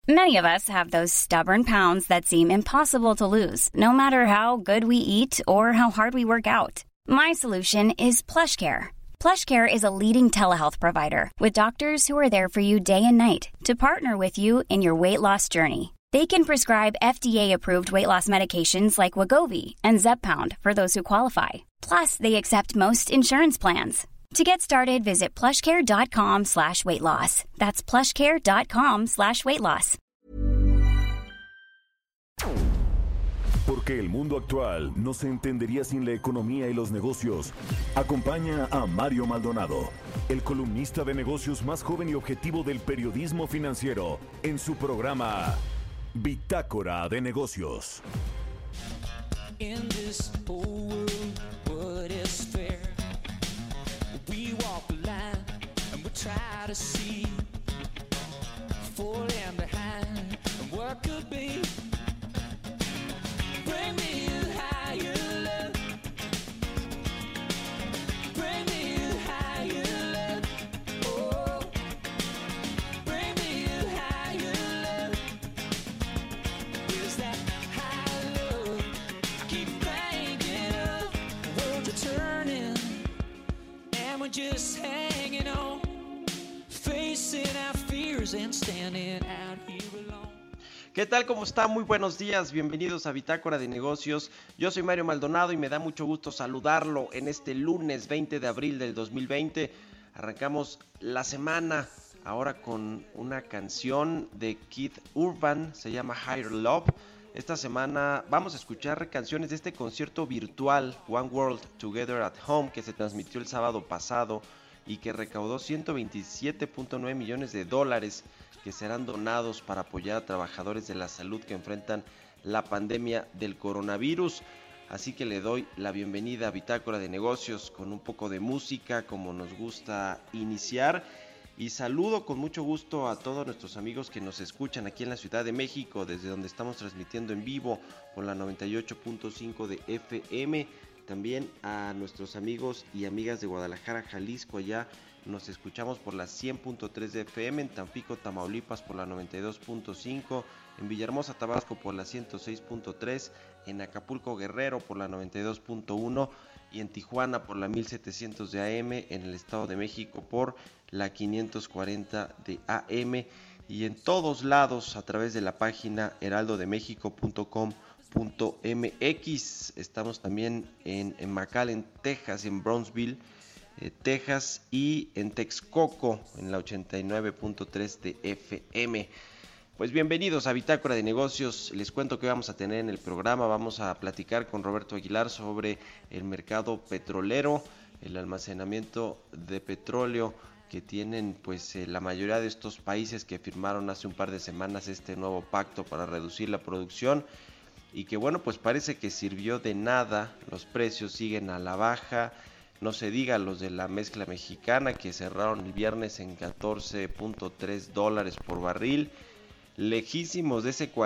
Many of us have those stubborn pounds that seem impossible to lose, no matter how good we eat or how hard we work out. My solution is PlushCare. PlushCare is a leading telehealth provider with doctors who are there for you day and night to partner with you in your weight loss journey. They can prescribe FDA-approved weight loss medications like Wegovy and Zepbound for those who qualify. Plus, they accept most insurance plans. To get started, visit plushcare.com/weightloss. That's plushcare.com/weightloss. Porque el mundo actual no se entendería sin la economía y los negocios. Acompaña a Mario Maldonado, el columnista de negocios más joven y objetivo del periodismo financiero, en su programa Bitácora de Negocios. In this whole world, what is fair? We walk the line and we try to see forward and behind and what could be. Bring me higher, love. Bring me higher, love. Oh, bring me higher, love. Is that high love? I keep thinking of the world are turning. We're just hanging on, facing our fears and standing out here alone. ¿Qué tal? ¿Cómo está? Muy buenos días, bienvenidos a Bitácora de Negocios. Yo soy Mario Maldonado y me da mucho gusto saludarlo en este lunes 20 de abril del 2020. Arrancamos la semana ahora con una canción de Keith Urban, se llama Higher Love. Esta semana vamos a escuchar canciones de este concierto virtual One World Together at Home que se transmitió el sábado pasado y que recaudó $127.9 millones que serán donados para apoyar a trabajadores de la salud que enfrentan la pandemia del coronavirus. Así que le doy la bienvenida a Bitácora de Negocios con un poco de música como nos gusta iniciar. Y saludo con mucho gusto a todos nuestros amigos que nos escuchan aquí en la Ciudad de México, desde donde estamos transmitiendo en vivo por la 98.5 de FM. También a nuestros amigos y amigas de Guadalajara, Jalisco, allá nos escuchamos por la 100.3 de FM, en Tampico, Tamaulipas por la 92.5, en Villahermosa, Tabasco por la 106.3, en Acapulco, Guerrero por la 92.1 y en Tijuana por la 1700 de AM, en el Estado de México por la 540 de AM y en todos lados a través de la página heraldodemexico.com.mx. Estamos también en McAllen, Texas, en Brownsville, Texas y en Texcoco en la 89.3 de FM. Pues bienvenidos a Bitácora de Negocios. Les cuento que vamos a tener en el programa. Vamos a platicar con Roberto Aguilar sobre el mercado petrolero, el almacenamiento de petróleo que tienen pues la mayoría de estos países que firmaron hace un par de semanas este nuevo pacto para reducir la producción y que bueno, pues parece que sirvió de nada. Los precios siguen a la baja. No se diga los de la mezcla mexicana que cerraron el viernes en $14.3 por barril. Lejísimos de esos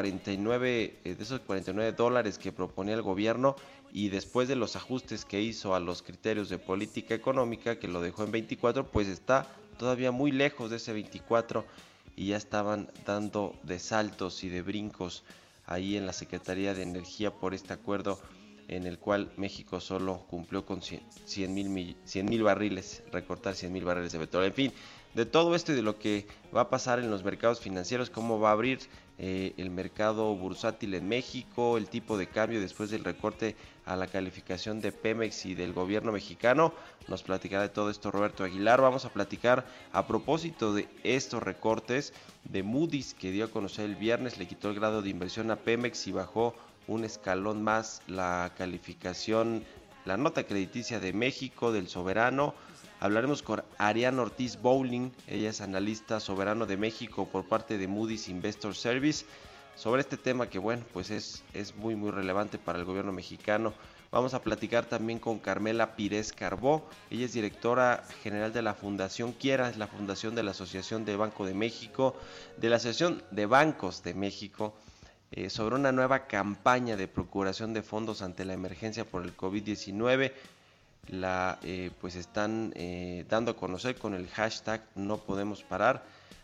$49 que proponía el gobierno y después de los ajustes que hizo a los criterios de política económica que lo dejó en 24, pues está todavía muy lejos de ese 24 y ya estaban dando de saltos y de brincos ahí en la Secretaría de Energía por este acuerdo en el cual México solo cumplió con 100,000 barriles, recortar 100,000 barriles de petróleo. En fin, de todo esto y de lo que va a pasar en los mercados financieros, cómo va a abrir el mercado bursátil en México, el tipo de cambio después del recorte a la calificación de Pemex y del gobierno mexicano, nos platicará de todo esto Roberto Aguilar. Vamos a platicar a propósito de estos recortes de Moody's que dio a conocer el viernes, le quitó el grado de inversión a Pemex y bajó un escalón más la calificación, la nota crediticia de México, del soberano. Hablaremos con Ariana Ortiz Bowling, ella es analista soberano de México por parte de Moody's Investor Service, sobre este tema que bueno, pues es muy relevante para el gobierno mexicano. Vamos a platicar también con Carmela Pires Carbó, ella es directora general de la Fundación Quiera, es la fundación de la Asociación de Banco de México, de la Asociación de Bancos de México, sobre una nueva campaña de procuración de fondos ante la emergencia por el COVID-19. Pues están dando a conocer con el hashtag No Podemos Parar.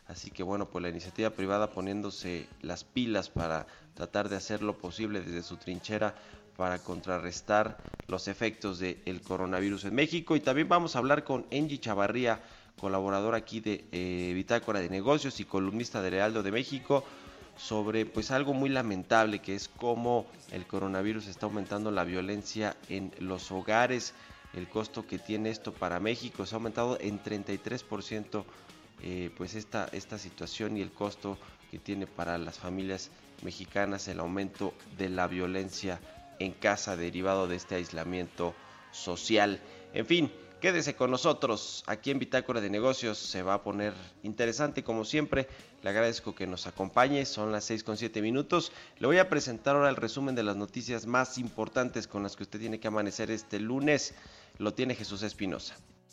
Así que bueno, pues la iniciativa privada poniéndose las pilas para tratar de hacer lo posible desde su trinchera para contrarrestar los efectos del coronavirus en México. Y también vamos a hablar con Angie Chavarría, colaboradora aquí de Bitácora de Negocios y columnista de Heraldo de México, sobre pues algo muy lamentable, que es cómo el coronavirus está aumentando la violencia en los hogares. El costo que tiene esto para México se ha aumentado en 33%, pues esta situación, y el costo que tiene para las familias mexicanas el aumento de la violencia en casa derivado de este aislamiento social. En fin, quédese con nosotros aquí en Bitácora de Negocios, se va a poner interesante como siempre. Le agradezco que nos acompañe, son las 6:07. Le voy a presentar ahora el resumen de las noticias más importantes con las que usted tiene que amanecer este lunes. Lo tiene Jesús Espinosa.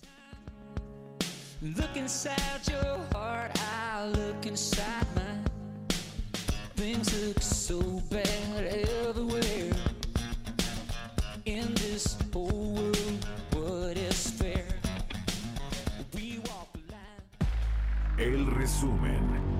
Look inside your heart, I look inside mine. Things look so bad everywhere. In this whole world, what is fair? We walk the line. El resumen.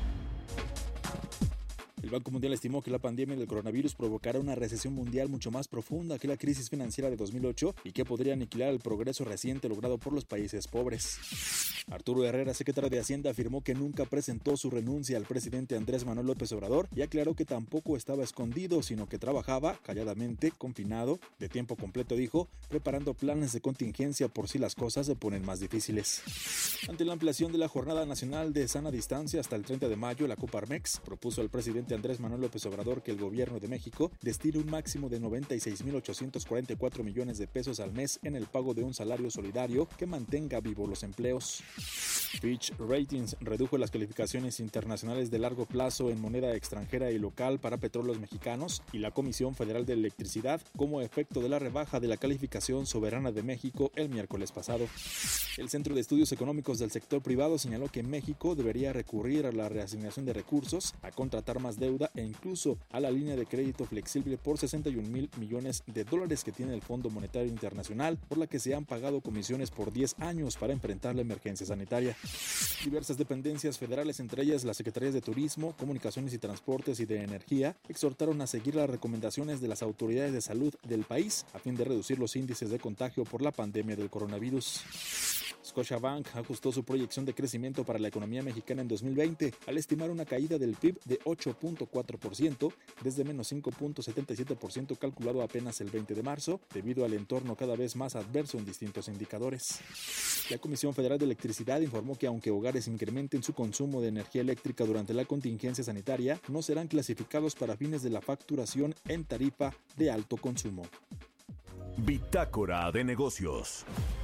El Banco Mundial estimó que la pandemia del coronavirus provocará una recesión mundial mucho más profunda que la crisis financiera de 2008 y que podría aniquilar el progreso reciente logrado por los países pobres. Arturo Herrera, secretario de Hacienda, afirmó que nunca presentó su renuncia al presidente Andrés Manuel López Obrador y aclaró que tampoco estaba escondido, sino que trabajaba calladamente, confinado, de tiempo completo, dijo, preparando planes de contingencia por si las cosas se ponen más difíciles. Ante la ampliación de la Jornada Nacional de Sana Distancia hasta el 30 de mayo, la Coparmex propuso al presidente Andrés Manuel López Obrador que el gobierno de México destine un máximo de 96,844 millones de pesos al mes en el pago de un salario solidario que mantenga vivos los empleos. Fitch Ratings redujo las calificaciones internacionales de largo plazo en moneda extranjera y local para petróleos mexicanos y la Comisión Federal de Electricidad como efecto de la rebaja de la calificación soberana de México el miércoles pasado. El Centro de Estudios Económicos del Sector Privado señaló que México debería recurrir a la reasignación de recursos, a contratar más deuda e incluso a la línea de crédito flexible por $61,000 millones que tiene el Fondo Monetario Internacional, por la que se han pagado comisiones por 10 años para enfrentar la emergencia sanitaria. Diversas dependencias federales, entre ellas las Secretarías de Turismo, Comunicaciones y Transportes y de Energía, exhortaron a seguir las recomendaciones de las autoridades de salud del país a fin de reducir los índices de contagio por la pandemia del coronavirus. Scotiabank ajustó su proyección de crecimiento para la economía mexicana en 2020 al estimar una caída del PIB de 8.4% desde menos 5.77% calculado apenas el 20 de marzo, debido al entorno cada vez más adverso en distintos indicadores. La Comisión Federal de Electricidad informó que aunque hogares incrementen su consumo de energía eléctrica durante la contingencia sanitaria, no serán clasificados para fines de la facturación en tarifa de alto consumo. Bitácora de Negocios.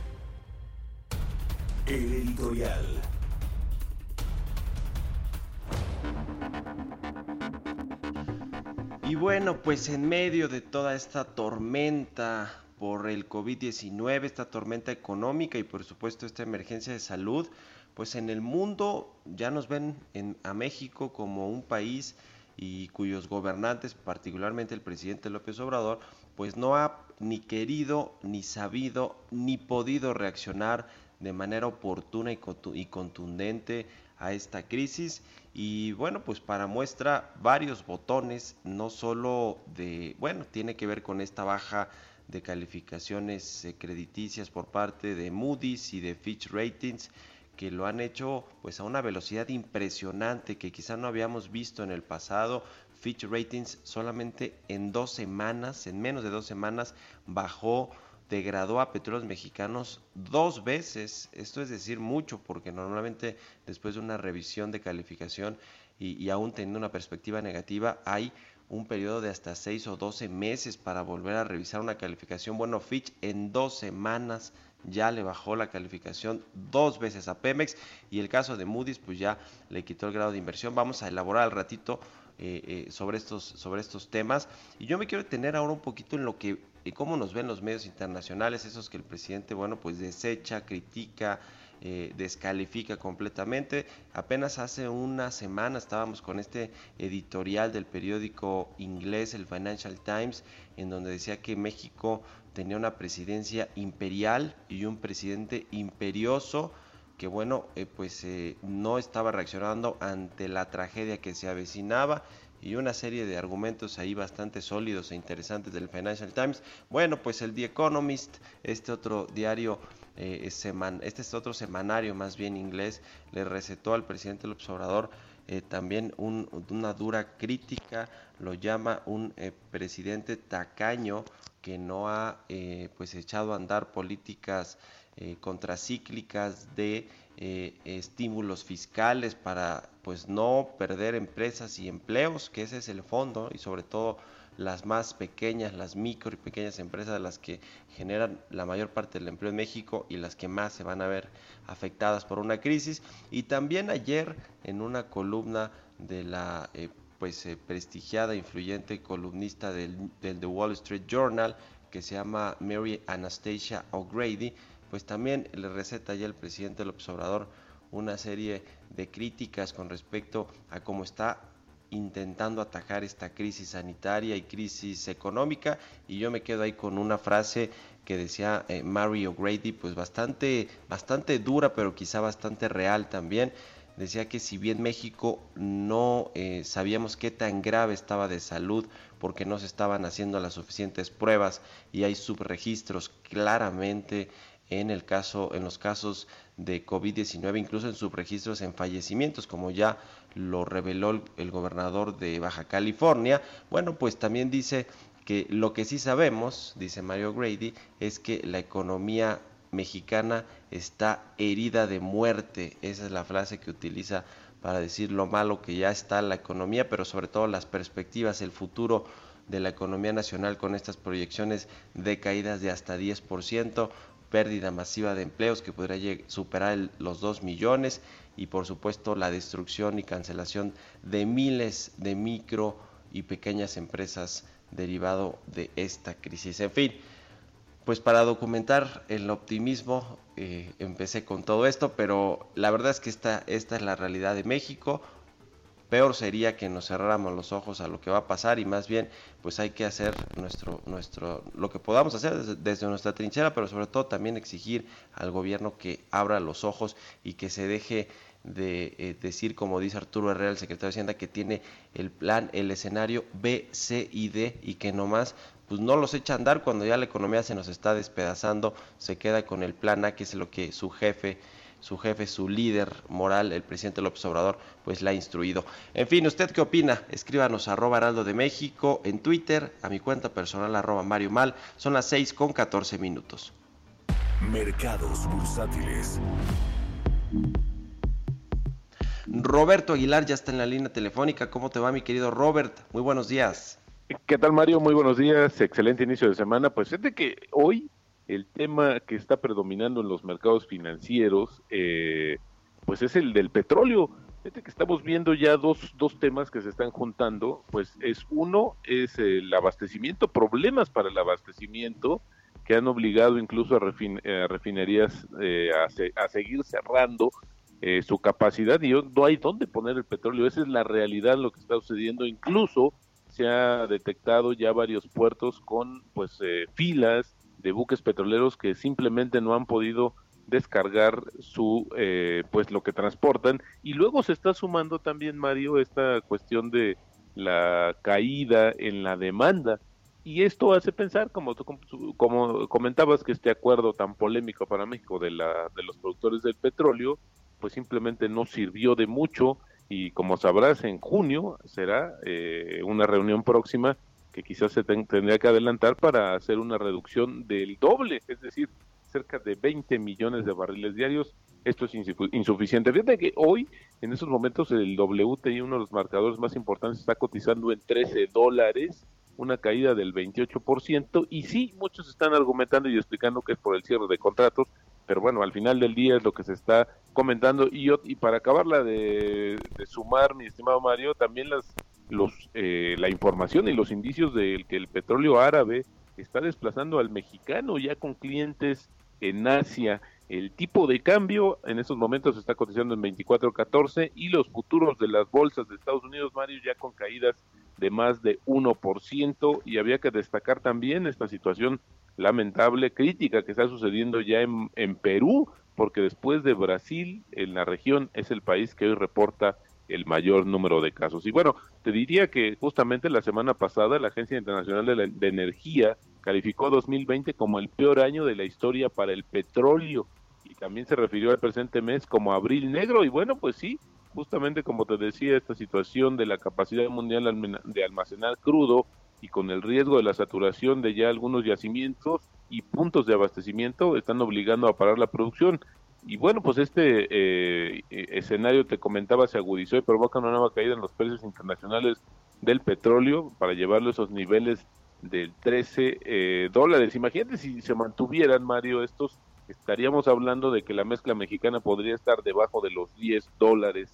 El editorial. Y bueno, pues en medio de toda esta tormenta por el COVID-19, esta tormenta económica y por supuesto esta emergencia de salud, pues en el mundo ya nos ven a México como un país y cuyos gobernantes, particularmente el presidente López Obrador, pues no ha ni querido, ni sabido, ni podido reaccionar de manera oportuna y contundente a esta crisis. Y bueno, pues para muestra varios botones, no solo tiene que ver con esta baja de calificaciones crediticias por parte de Moody's y de Fitch Ratings, que lo han hecho pues a una velocidad impresionante que quizá no habíamos visto en el pasado. Fitch Ratings solamente en menos de 2 semanas degradó a Petróleos Mexicanos 2 veces. Esto es decir mucho, porque normalmente después de una revisión de calificación y aún teniendo una perspectiva negativa, hay un periodo de hasta 6 o 12 meses para volver a revisar una calificación. Bueno, Fitch en 2 semanas ya le bajó la calificación 2 veces a Pemex, y el caso de Moody's pues ya le quitó el grado de inversión. Vamos a elaborar al ratito sobre estos temas, y yo me quiero detener ahora un poquito en cómo nos ven los medios internacionales, esos que el presidente pues desecha, critica, descalifica completamente. Apenas hace una semana estábamos con este editorial del periódico inglés, el Financial Times, en donde decía que México tenía una presidencia imperial y un presidente imperioso, que bueno, no estaba reaccionando ante la tragedia que se avecinaba, y una serie de argumentos ahí bastante sólidos e interesantes del Financial Times. Bueno, pues el The Economist, este otro diario, este es otro semanario más bien inglés, le recetó al presidente López Obrador también una dura crítica, lo llama un presidente tacaño que no ha echado a andar políticas contracíclicas de estímulos fiscales para pues no perder empresas y empleos, que ese es el fondo, y sobre todo las más pequeñas, las micro y pequeñas empresas, las que generan la mayor parte del empleo en México y las que más se van a ver afectadas por una crisis. Y también ayer, en una columna de la prestigiada, influyente columnista del The Wall Street Journal, que se llama Mary Anastasia O'Grady, pues también le receta ya el presidente López Obrador una serie de críticas con respecto a cómo está intentando atajar esta crisis sanitaria y crisis económica. Y yo me quedo ahí con una frase que decía Mary O'Grady, pues bastante dura, pero quizá bastante real también. Decía que si bien México no sabíamos qué tan grave estaba de salud porque no se estaban haciendo las suficientes pruebas y hay subregistros claramente en los casos de COVID-19, incluso en subregistros en fallecimientos, como ya lo reveló el gobernador de Baja California. Bueno, pues también dice que lo que sí sabemos, dice Mario O'Grady, es que la economía mexicana está herida de muerte. Esa es la frase que utiliza para decir lo malo que ya está la economía, pero sobre todo las perspectivas, el futuro de la economía nacional con estas proyecciones de caídas de hasta 10%, pérdida masiva de empleos que podría superar los 2 millones y por supuesto la destrucción y cancelación de miles de micro y pequeñas empresas derivado de esta crisis. En fin, pues para documentar el optimismo empecé con todo esto, pero la verdad es que esta es la realidad de México. Peor sería que nos cerráramos los ojos a lo que va a pasar y más bien pues hay que hacer lo que podamos hacer desde nuestra trinchera, pero sobre todo también exigir al gobierno que abra los ojos y que se deje de decir, como dice Arturo Herrera, el secretario de Hacienda, que tiene el plan, el escenario B, C y D, y que nomás pues no los echa a andar cuando ya la economía se nos está despedazando, se queda con el plan A, que es lo que su jefe, su líder moral, el presidente López Obrador, pues la ha instruido. En fin, ¿usted qué opina? Escríbanos a @Heraldo de México en Twitter, a mi cuenta personal @Mario Mal. Son las 6:14. Mercados bursátiles. Roberto Aguilar ya está en la línea telefónica. ¿Cómo te va, mi querido Robert? Muy buenos días. ¿Qué tal, Mario? Muy buenos días, excelente inicio de semana. Pues fíjate que hoy el tema que está predominando en los mercados financieros, pues es el del petróleo. Fíjate que estamos viendo ya dos temas que se están juntando. Pues uno es el abastecimiento, problemas para el abastecimiento que han obligado incluso a refinerías a seguir cerrando su capacidad y no hay dónde poner el petróleo. Esa es la realidad, lo que está sucediendo. Incluso se ha detectado ya varios puertos con filas de buques petroleros que simplemente no han podido descargar lo que transportan. Y luego se está sumando también, Mario, esta cuestión de la caída en la demanda. Y esto hace pensar, como comentabas, que este acuerdo tan polémico para México de los productores del petróleo, pues simplemente no sirvió de mucho. Y como sabrás, en junio será una reunión próxima que quizás se tendría que adelantar para hacer una reducción del doble, es decir, cerca de 20 millones de barriles diarios. Esto es insuficiente. Fíjate que hoy, en esos momentos, el WTI, uno de los marcadores más importantes, está cotizando en $13, una caída del 28%, y sí, muchos están argumentando y explicando que es por el cierre de contratos, pero bueno, al final del día es lo que se está comentando. Y para acabarla de sumar, mi estimado Mario, también la información y los indicios de que el petróleo árabe está desplazando al mexicano ya con clientes en Asia. El tipo de cambio en estos momentos está cotizando en 24.14 y los futuros de las bolsas de Estados Unidos, Mario, ya con caídas de más de 1%. Y había que destacar también esta situación lamentable, crítica, que está sucediendo ya en Perú, porque después de Brasil, en la región, es el país que hoy reporta el mayor número de casos. Y bueno, te diría que justamente la semana pasada la Agencia Internacional de Energía calificó 2020 como el peor año de la historia para el petróleo, y también se refirió al presente mes como abril negro. Y bueno, pues sí, justamente como te decía, esta situación de la capacidad mundial de almacenar crudo y con el riesgo de la saturación de ya algunos yacimientos y puntos de abastecimiento están obligando a parar la producción. Y bueno, pues este escenario, te comentaba, se agudizó y provoca una nueva caída en los precios internacionales del petróleo para llevarlo a esos niveles del $13. Imagínate si se mantuvieran, Mario, estos, estaríamos hablando de que la mezcla mexicana podría estar debajo de los $10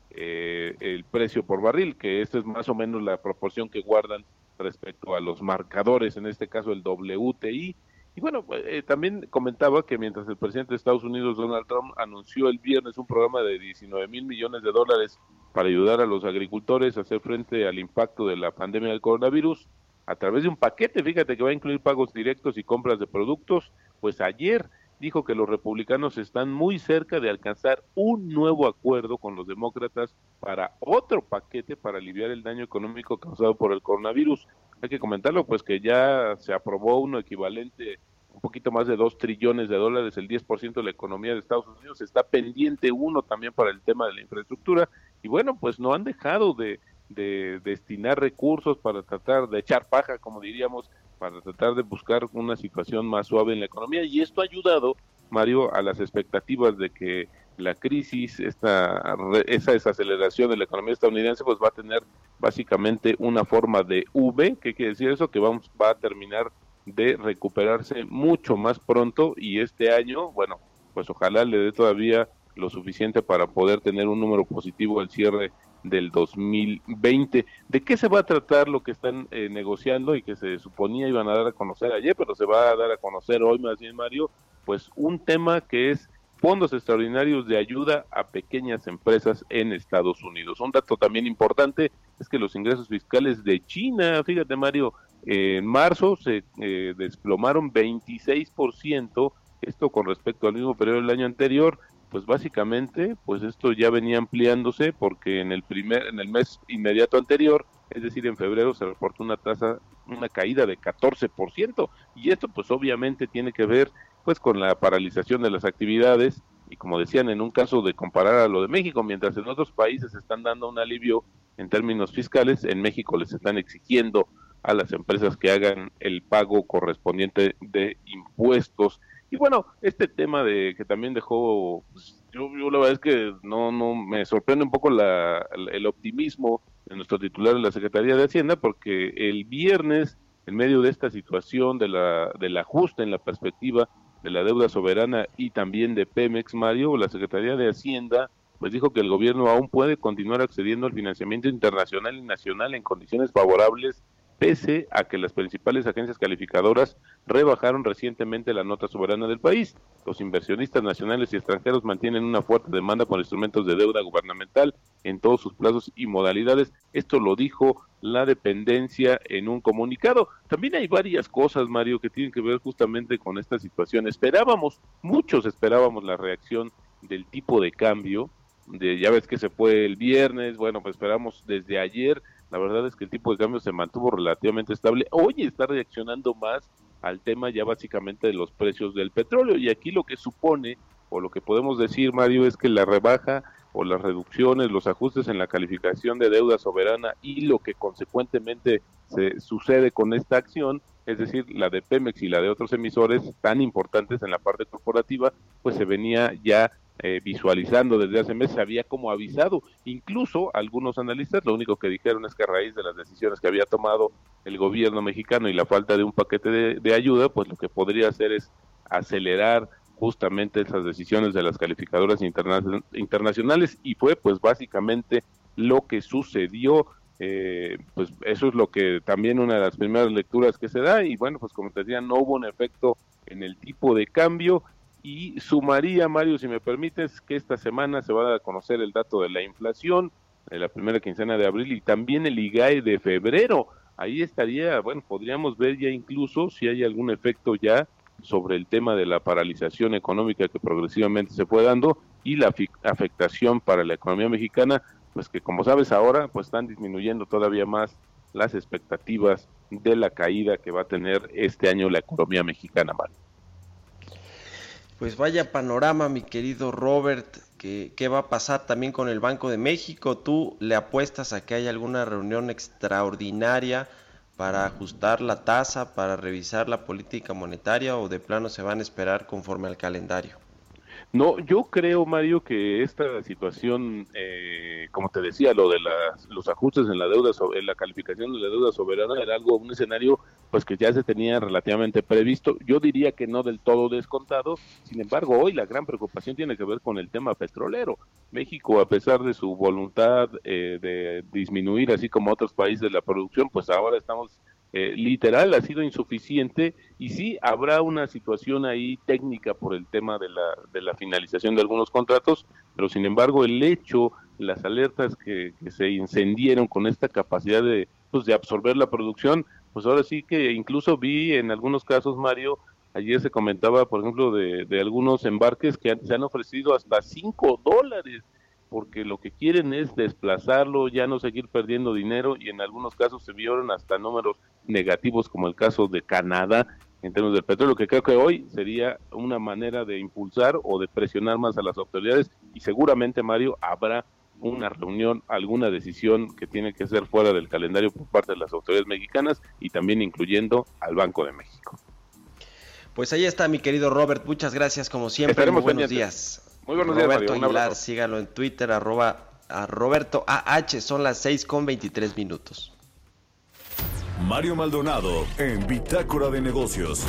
el precio por barril, que esta es más o menos la proporción que guardan respecto a los marcadores, en este caso el WTI. Y bueno, también comentaba que mientras el presidente de Estados Unidos, Donald Trump, anunció el viernes un programa de $19,000 millones para ayudar a los agricultores a hacer frente al impacto de la pandemia del coronavirus, a través de un paquete, fíjate, que va a incluir pagos directos y compras de productos, pues ayer dijo que los republicanos están muy cerca de alcanzar un nuevo acuerdo con los demócratas para otro paquete para aliviar el daño económico causado por el coronavirus. Hay que comentarlo, pues que ya se aprobó uno equivalente un poquito más de $2 trillones, el 10% de la economía de Estados Unidos. Está pendiente uno también para el tema de la infraestructura, y bueno, pues no han dejado de destinar recursos para tratar de echar paja, como diríamos, para tratar de buscar una situación más suave en la economía. Y esto ha ayudado, Mario, a las expectativas de que la crisis, esa desaceleración de la economía estadounidense, pues va a tener básicamente una forma de V. ¿Qué quiere decir eso? Que va a terminar de recuperarse mucho más pronto, y este año, bueno, pues ojalá le dé todavía lo suficiente para poder tener un número positivo al cierre del 2020. ¿De qué se va a tratar lo que están negociando y que se suponía iban a dar a conocer ayer, pero se va a dar a conocer hoy más bien, Mario? Pues un tema que es fondos extraordinarios de ayuda a pequeñas empresas en Estados Unidos. Un dato también importante es que los ingresos fiscales de China, fíjate, Mario, en marzo se desplomaron 26%, esto con respecto al mismo periodo del año anterior. Pues básicamente, pues esto ya venía ampliándose, porque en el mes inmediato anterior, es decir, en febrero, se reportó una caída de 14%, y esto pues obviamente tiene que ver pues con la paralización de las actividades, y como decían, en un caso de comparar a lo de México, mientras en otros países están dando un alivio en términos fiscales, en México les están exigiendo a las empresas que hagan el pago correspondiente de impuestos. Y bueno, este tema de que también dejó, pues, yo la verdad es que no me sorprende un poco el optimismo de nuestro titular de la Secretaría de Hacienda, porque el viernes, en medio de esta situación del ajuste en la perspectiva de la deuda soberana y también de Pemex, Mario, la Secretaría de Hacienda pues dijo que el gobierno aún puede continuar accediendo al financiamiento internacional y nacional en condiciones favorables, pese a que las principales agencias calificadoras rebajaron recientemente la nota soberana del país. Los inversionistas nacionales y extranjeros mantienen una fuerte demanda por instrumentos de deuda gubernamental en todos sus plazos y modalidades. Esto lo dijo la dependencia en un comunicado. También hay varias cosas, Mario, que tienen que ver justamente con esta situación. Muchos esperábamos la reacción del tipo de cambio, ya ves que se fue el viernes, bueno, pues esperamos desde ayer. La verdad es que el tipo de cambio se mantuvo relativamente estable. Hoy está reaccionando más al tema ya básicamente de los precios del petróleo, y aquí lo que supone, o lo que podemos decir, Mario, es que la rebaja o las reducciones, los ajustes en la calificación de deuda soberana y lo que consecuentemente se sucede con esta acción, es decir, la de Pemex y la de otros emisores tan importantes en la parte corporativa, pues se venía ya visualizando desde hace meses, se había como avisado. Incluso algunos analistas lo único que dijeron es que a raíz de las decisiones que había tomado el gobierno mexicano y la falta de un paquete de ayuda, pues lo que podría hacer es acelerar justamente esas decisiones de las calificadoras internacionales, y fue pues básicamente lo que sucedió. Pues eso es lo que también una de las primeras lecturas que se da, y bueno, pues como te decía, no hubo un efecto en el tipo de cambio. Y sumaría, Mario, si me permites, que esta semana se va a dar a conocer el dato de la inflación de la primera quincena de abril y también el IGAE de febrero. Ahí estaría, bueno, podríamos ver ya incluso si hay algún efecto ya sobre el tema de la paralización económica que progresivamente se fue dando y la afectación para la economía mexicana, pues que como sabes ahora pues están disminuyendo todavía más las expectativas de la caída que va a tener este año la economía mexicana, Mario. Pues vaya panorama, mi querido Robert, ¿qué va a pasar también con el Banco de México? ¿Tú le apuestas a que haya alguna reunión extraordinaria para ajustar la tasa, para revisar la política monetaria, o de plano se van a esperar conforme al calendario? No, yo creo, Mario, que esta situación, como te decía, lo de los ajustes en la deuda, en la calificación de la deuda soberana era un escenario pues que ya se tenía relativamente previsto. Yo diría que no del todo descontado. Sin embargo, hoy la gran preocupación tiene que ver con el tema petrolero. México, a pesar de su voluntad de disminuir, así como otros países, la producción, pues ahora estamos literal ha sido insuficiente, y sí habrá una situación ahí técnica por el tema de la finalización de algunos contratos, pero sin embargo el hecho, las alertas que se encendieron con esta capacidad de absorber la producción, pues ahora sí que incluso vi en algunos casos, Mario, ayer se comentaba, por ejemplo, de algunos embarques que se han ofrecido hasta $5, porque lo que quieren es desplazarlo, ya no seguir perdiendo dinero, y en algunos casos se vieron hasta números negativos, como el caso de Canadá, en términos del petróleo, que creo que hoy sería una manera de impulsar o de presionar más a las autoridades, y seguramente, Mario, habrá una reunión, alguna decisión que tiene que ser fuera del calendario por parte de las autoridades mexicanas, y también incluyendo al Banco de México. Pues ahí está, mi querido Robert, muchas gracias como siempre. Muy buenos días. Muy buenos días, Roberto Mario. Aguilar, sígalo en Twitter, @ Roberto AH, son las 6:23. Mario Maldonado en Bitácora de Negocios.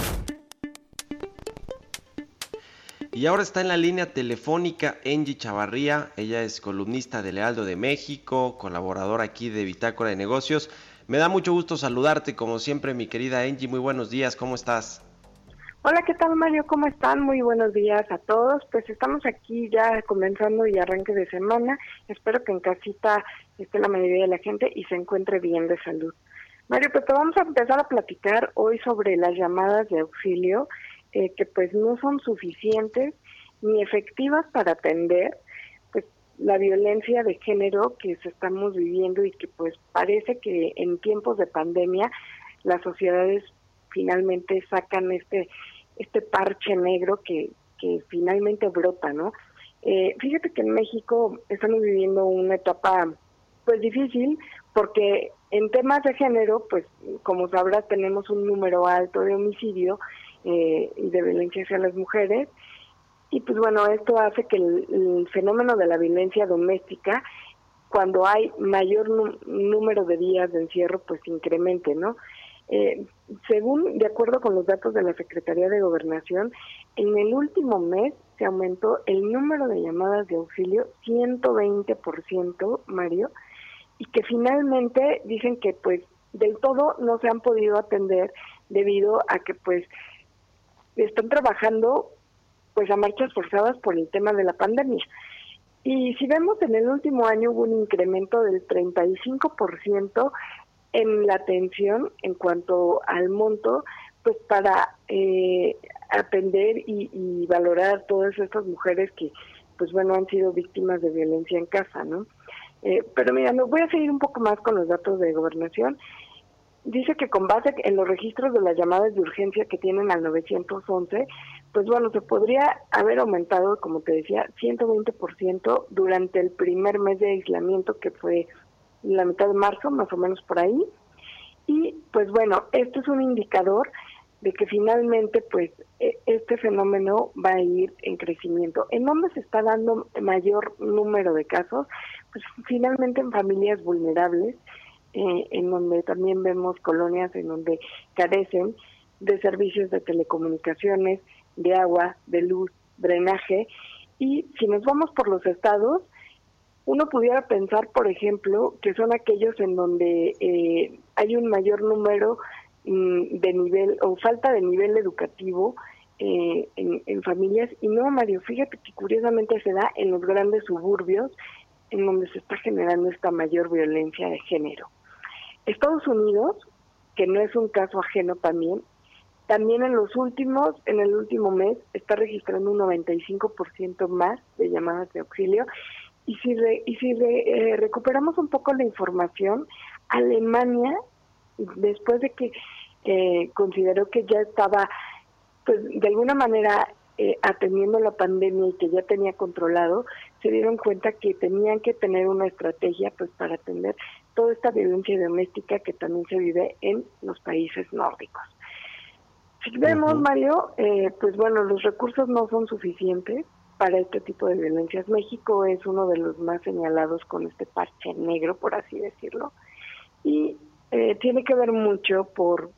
Y ahora está en la línea telefónica Angie Chavarría, ella es columnista del Heraldo de México, colaboradora aquí de Bitácora de Negocios. Me da mucho gusto saludarte, como siempre, mi querida Angie, muy buenos días, ¿cómo estás? Hola, ¿qué tal, Mario? ¿Cómo están? Muy buenos días a todos. Pues estamos aquí ya comenzando y arranque de semana. Espero que en casita esté la mayoría de la gente y se encuentre bien de salud. Mario, pues te vamos a empezar a platicar hoy sobre las llamadas de auxilio, que pues no son suficientes ni efectivas para atender pues la violencia de género que estamos viviendo, y que pues parece que en tiempos de pandemia las sociedades finalmente sacan este parche negro que finalmente brota, ¿no? Fíjate que en México estamos viviendo una etapa pues difícil, porque en temas de género, pues como sabrás, tenemos un número alto de homicidio y de violencia hacia las mujeres, y pues bueno, esto hace que el fenómeno de la violencia doméstica, cuando hay mayor número de días de encierro, pues incremente, ¿no? De acuerdo con los datos de la Secretaría de Gobernación, en el último mes se aumentó el número de llamadas de auxilio 120%, Mario, y que finalmente dicen que pues del todo no se han podido atender debido a que pues están trabajando pues a marchas forzadas por el tema de la pandemia. Y si vemos, en el último año hubo un incremento del 35% en la atención en cuanto al monto, pues para atender y valorar a todas estas mujeres que, pues bueno, han sido víctimas de violencia en casa, ¿no? Pero mira, me voy a seguir un poco más con los datos de Gobernación. Dice que con base en los registros de las llamadas de urgencia que tienen al 911, pues bueno, se podría haber aumentado, como te decía, 120% durante el primer mes de aislamiento, que fue la mitad de marzo, más o menos por ahí. Y pues bueno, esto es un indicador de que finalmente pues este fenómeno va a ir en crecimiento. ¿En dónde se está dando mayor número de casos? Pues finalmente en familias vulnerables, en donde también vemos colonias en donde carecen de servicios de telecomunicaciones, de agua, de luz, drenaje. Y si nos vamos por los estados, uno pudiera pensar, por ejemplo, que son aquellos en donde hay un mayor número de nivel o falta de nivel educativo en familias, y no, Mario, fíjate que curiosamente se da en los grandes suburbios, en donde se está generando esta mayor violencia de género. Estados Unidos, que no es un caso ajeno también, También en el último mes, está registrando un 95% más de llamadas de auxilio. Y si recuperamos un poco la información, Alemania, después de que consideró que ya estaba, pues de alguna manera, atendiendo la pandemia y que ya tenía controlado, se dieron cuenta que tenían que tener una estrategia pues para atender toda esta violencia doméstica que también se vive en los países nórdicos. Si vemos, Mario, pues bueno, los recursos no son suficientes para este tipo de violencias. México es uno de los más señalados con este parche negro, por así decirlo, y tiene que ver mucho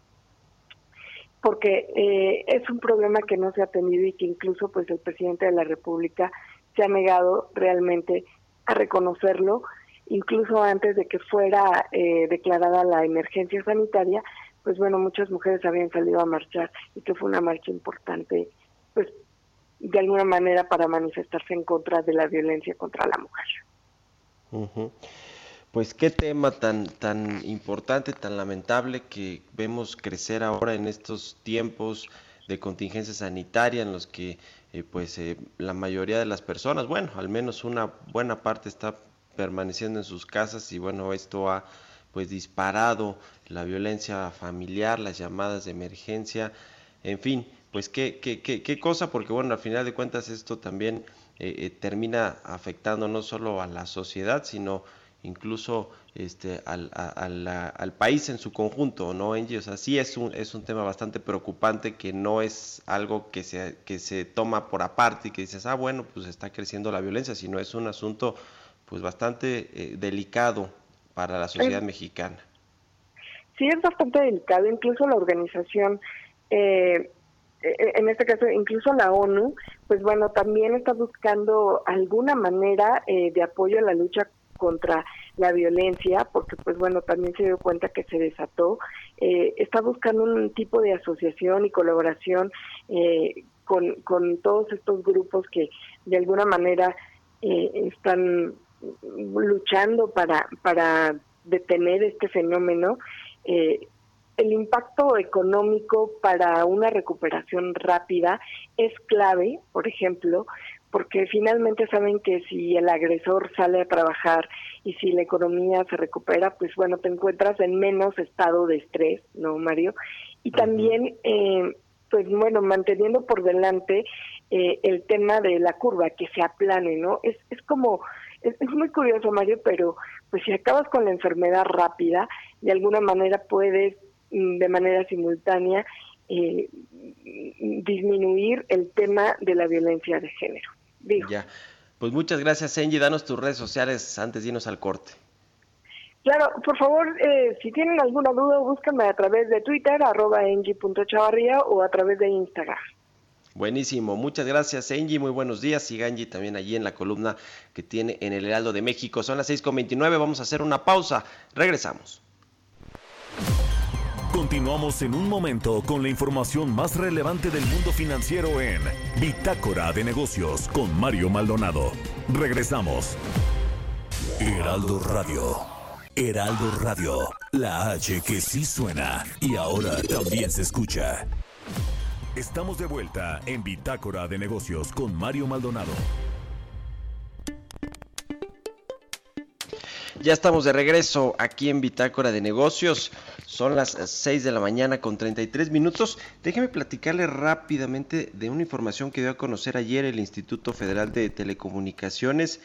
porque es un problema que no se ha atendido y que incluso pues el presidente de la República se ha negado realmente a reconocerlo, incluso antes de que fuera declarada la emergencia sanitaria. Pues bueno, muchas mujeres habían salido a marchar y que fue una marcha importante, pues de alguna manera para manifestarse en contra de la violencia contra la mujer. Pues qué tema tan importante, tan lamentable que vemos crecer ahora en estos tiempos de contingencia sanitaria en los que la mayoría de las personas, bueno, al menos una buena parte está permaneciendo en sus casas y bueno, esto ha pues disparado la violencia familiar, las llamadas de emergencia, en fin, pues qué cosa, porque bueno, al final de cuentas esto también termina afectando no solo a la sociedad, sino incluso al país en su conjunto, ¿no, Angie? O sea, sí es un tema bastante preocupante, que no es algo que se toma por aparte y que dices, bueno, pues está creciendo la violencia, sino es un asunto pues bastante delicado para la sociedad mexicana. Sí, es bastante delicado. Incluso la organización, en este caso, incluso la ONU, pues bueno, también está buscando alguna manera de apoyo a la lucha contra la violencia, porque pues bueno, también se dio cuenta que se desató. Está buscando un tipo de asociación y colaboración con todos estos grupos que de alguna manera están luchando para detener este fenómeno. El impacto económico para una recuperación rápida es clave, por ejemplo, porque finalmente saben que si el agresor sale a trabajar y si la economía se recupera, pues bueno, te encuentras en menos estado de estrés, ¿no, Mario? Y también, pues bueno, manteniendo por delante el tema de la curva, que se aplane, ¿no? Es como... Es muy curioso, Mario, pero pues si acabas con la enfermedad rápida, de alguna manera puedes, de manera simultánea, disminuir el tema de la violencia de género. Ya, pues muchas gracias, Angie. Danos tus redes sociales antes de irnos al corte. Claro, por favor, si tienen alguna duda, búsquenme a través de Twitter, @Angie.Chavarría, o a través de Instagram. Buenísimo, muchas gracias, Angie, muy buenos días. Siga Angie también allí en la columna que tiene en el Heraldo de México. Son las 6:29, vamos a hacer una pausa, regresamos. Continuamos en un momento con la información más relevante del mundo financiero en Bitácora de Negocios con Mario Maldonado. Regresamos. Heraldo Radio. Heraldo Radio, la H que sí suena y ahora también se escucha. Estamos de vuelta en Bitácora de Negocios con Mario Maldonado. Ya estamos de regreso aquí en Bitácora de Negocios. Son las 6 de la mañana con 33 minutos. Déjeme platicarle rápidamente de una información que dio a conocer ayer el Instituto Federal de Telecomunicaciones.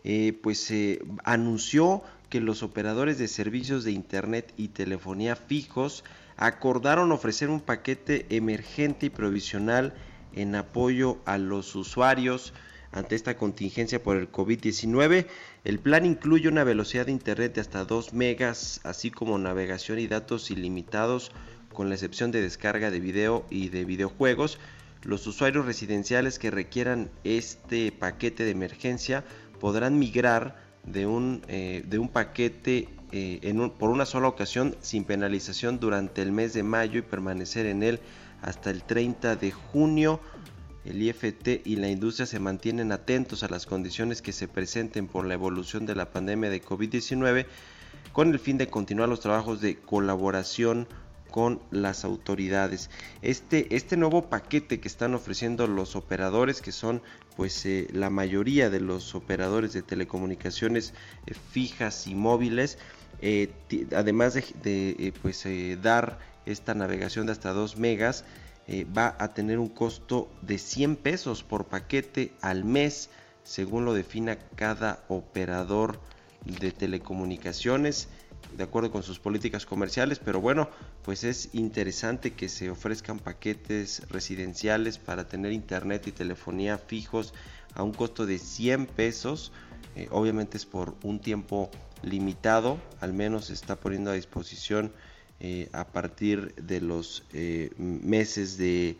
Anunció que los operadores de servicios de internet y telefonía fijos acordaron ofrecer un paquete emergente y provisional en apoyo a los usuarios ante esta contingencia por el COVID-19. El plan incluye una velocidad de internet de hasta 2 megas, así como navegación y datos ilimitados, con la excepción de descarga de video y de videojuegos. Los usuarios residenciales que requieran este paquete de emergencia podrán migrar de un paquete por una sola ocasión sin penalización durante el mes de mayo y permanecer en él hasta el 30 de junio. El IFT y la industria se mantienen atentos a las condiciones que se presenten por la evolución de la pandemia de COVID-19 con el fin de continuar los trabajos de colaboración con las autoridades. Este nuevo paquete que están ofreciendo los operadores, que son pues la mayoría de los operadores de telecomunicaciones fijas y móviles, además de dar esta navegación de hasta 2 megas, va a tener un costo de 100 pesos por paquete al mes, según lo defina cada operador de telecomunicaciones, de acuerdo con sus políticas comerciales. Pero bueno, pues es interesante que se ofrezcan paquetes residenciales para tener internet y telefonía fijos a un costo de 100 pesos. Obviamente es por un tiempo limitado, al menos se está poniendo a disposición a partir de los meses de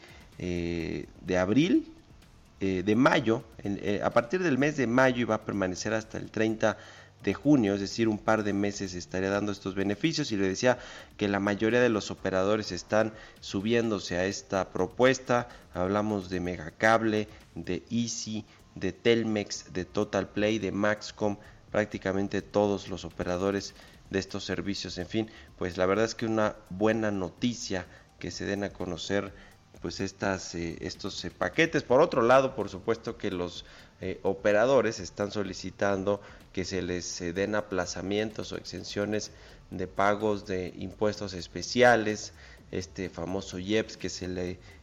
abril, de mayo, a partir del mes de mayo, y va a permanecer hasta el 30 de junio, es decir, un par de meses estaría dando estos beneficios. Y le decía que la mayoría de los operadores están subiéndose a esta propuesta. Hablamos de Megacable, de Easy, de Telmex, de Total Play, de Maxcom, prácticamente todos los operadores de estos servicios. En fin, pues la verdad es que una buena noticia que se den a conocer pues estos paquetes. Por otro lado, por supuesto que los operadores están solicitando que se les den aplazamientos o exenciones de pagos de impuestos especiales, este famoso IEPS que se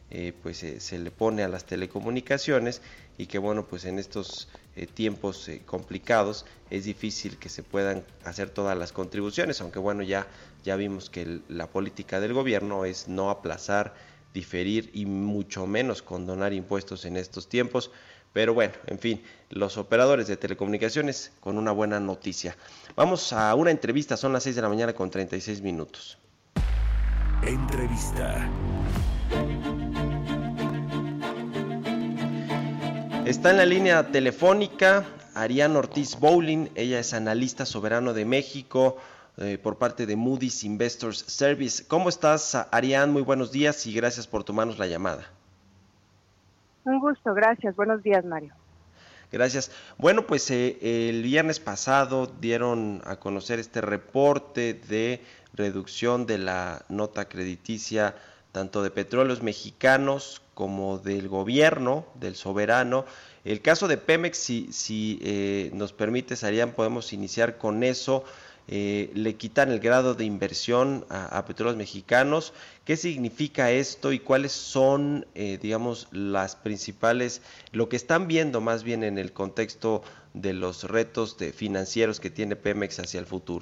le pone a las telecomunicaciones, y que bueno, pues en estos tiempos complicados es difícil que se puedan hacer todas las contribuciones, aunque bueno, ya vimos que la política del gobierno es no aplazar, diferir y mucho menos condonar impuestos en estos tiempos. Pero bueno, en fin, los operadores de telecomunicaciones con una buena noticia. Vamos a una entrevista, son las 6 de la mañana con 36 minutos. Entrevista. Está en la línea telefónica Ariane Ortiz Bowling, ella es analista soberano de México por parte de Moody's Investors Service. ¿Cómo estás, Ariane? Muy buenos días y gracias por tomarnos la llamada. Un gusto, gracias. Buenos días, Mario. Gracias. Bueno, pues el viernes pasado dieron a conocer este reporte de reducción de la nota crediticia tanto de Petróleos Mexicanos como del gobierno, del soberano. El caso de Pemex, si nos permites, Ariane, podemos iniciar con eso. Le quitan el grado de inversión a Petróleos Mexicanos. ¿Qué significa esto y cuáles son, digamos, las principales, lo que están viendo más bien en el contexto de los retos financieros que tiene Pemex hacia el futuro?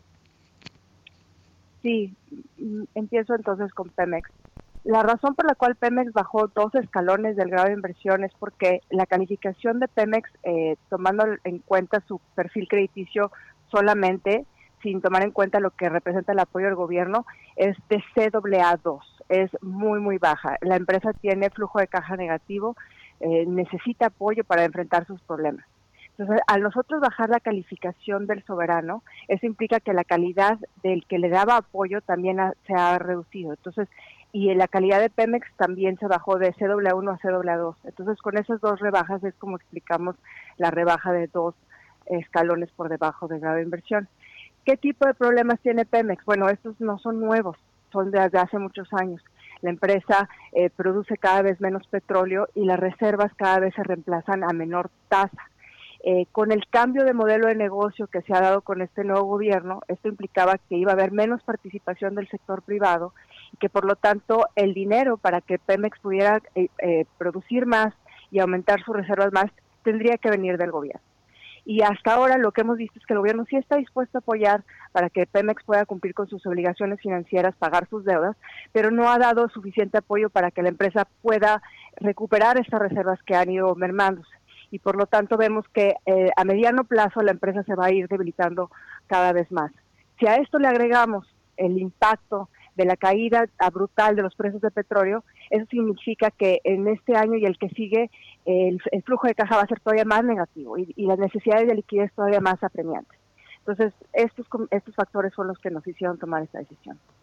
Sí, empiezo entonces con Pemex. La razón por la cual Pemex bajó 2 escalones del grado de inversión es porque la calificación de Pemex, tomando en cuenta su perfil crediticio solamente, sin tomar en cuenta lo que representa el apoyo del gobierno, es de CAA2, es muy muy baja. La empresa tiene flujo de caja negativo, necesita apoyo para enfrentar sus problemas. Entonces, al nosotros bajar la calificación del soberano, eso implica que la calidad del que le daba apoyo también se ha reducido. Entonces, y la calidad de Pemex también se bajó de CAA1 a CAA2. Entonces, con esas 2 rebajas es como explicamos la rebaja de 2 escalones por debajo del grado de inversión. ¿Qué tipo de problemas tiene Pemex? Bueno, estos no son nuevos, son desde hace muchos años. La empresa produce cada vez menos petróleo y las reservas cada vez se reemplazan a menor tasa. Con el cambio de modelo de negocio que se ha dado con este nuevo gobierno, esto implicaba que iba a haber menos participación del sector privado y que por lo tanto el dinero para que Pemex pudiera producir más y aumentar sus reservas más tendría que venir del gobierno. Y hasta ahora lo que hemos visto es que el gobierno sí está dispuesto a apoyar para que Pemex pueda cumplir con sus obligaciones financieras, pagar sus deudas, pero no ha dado suficiente apoyo para que la empresa pueda recuperar estas reservas que han ido mermándose. Y por lo tanto vemos que a mediano plazo la empresa se va a ir debilitando cada vez más. Si a esto le agregamos el impacto de la caída brutal de los precios de petróleo, eso significa que en este año y el que sigue el flujo de caja va a ser todavía más negativo y las necesidades de liquidez todavía más apremiantes. Entonces, estos factores son los que nos hicieron tomar esta decisión.